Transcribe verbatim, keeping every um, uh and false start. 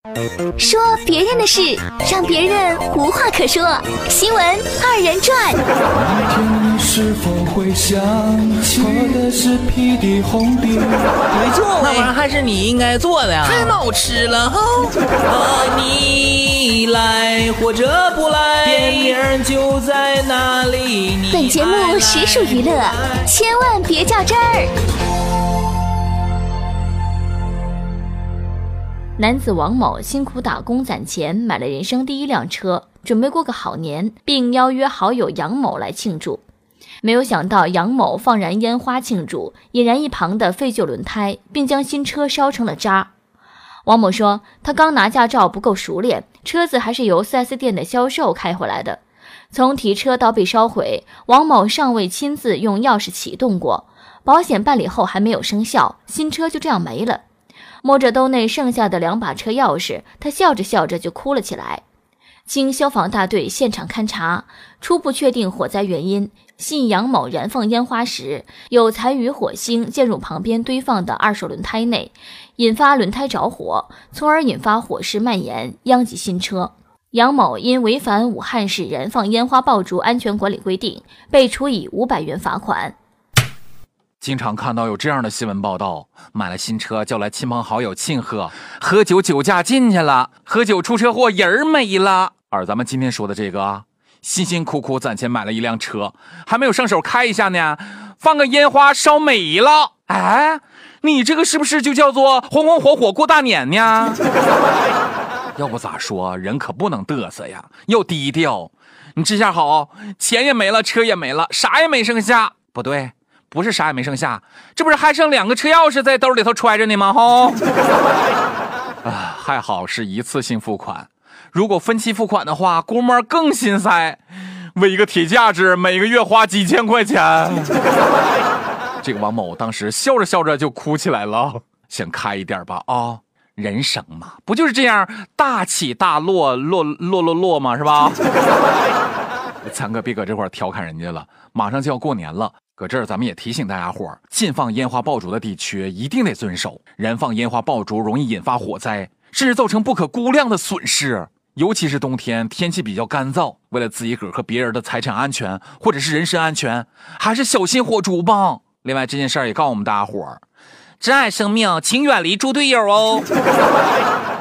说别人的事，让别人无话可说。新闻二人转。 你是否会想起我的是屁的红笔？ 没错，那玩意儿还是你应该做的呀，太好吃了哈！啊，你来或者不来，电影就在那里。 本节目实属娱乐，千万别较真儿。 男子王某辛苦打工攒钱，买了人生第一辆车，准备过个好年，并邀约好友杨某来庆祝。没有想到杨某放燃烟花庆祝，引燃一旁的废旧轮胎，并将新车烧成了渣。王某说，他刚拿驾照不够熟练，车子还是由 四 S 店的销售开回来的。从提车到被烧毁，王某尚未亲自用钥匙启动过，保险办理后还没有生效，新车就这样没了。摸着兜内剩下的两把车钥匙，他笑着笑着就哭了起来。经消防大队现场勘查，初步确定火灾原因系杨某燃放烟花时，有残余火星溅入旁边堆放的二手轮胎内，引发轮胎着火，从而引发火势蔓延，殃及新车。杨某因违反武汉市燃放烟花爆竹安全管理规定，被处以五百元罚款。 经常看到有这样的新闻报道，买了新车叫来亲朋好友庆贺，喝酒酒驾进去了，喝酒出车祸人儿没了。而咱们今天说的这个啊，辛辛苦苦攒钱买了一辆车，还没有上手开一下呢，放个烟花烧没了。哎，你这个是不是就叫做红红火火过大年呢？要不咋说，人可不能嘚瑟呀，要低调。你这下好，钱也没了，车也没了，啥也没剩下。不对，不是啥也没剩下，这不是还剩两个车钥匙在兜里头揣着呢吗？吼！啊，还好是一次性付款，如果分期付款的话，估摸更心塞，为一个铁架子每个月花几千块钱。这个王某当时笑着笑着就哭起来了，想开一点吧啊、哦，人生嘛，不就是这样大起大落，落落落落吗？是吧？咱哥别搁这块调侃人家了，马上就要过年了。搁这儿咱们也提醒大家伙儿，禁放烟花爆竹的地区一定得遵守。燃放烟花爆竹容易引发火灾，甚至造成不可估量的损失。尤其是冬天，天气比较干燥，为了自己个儿和别人的财产安全或者是人身安全，还是小心火烛吧。另外这件事儿也告诉我们大家伙儿，珍爱生命，请远离猪队友哦。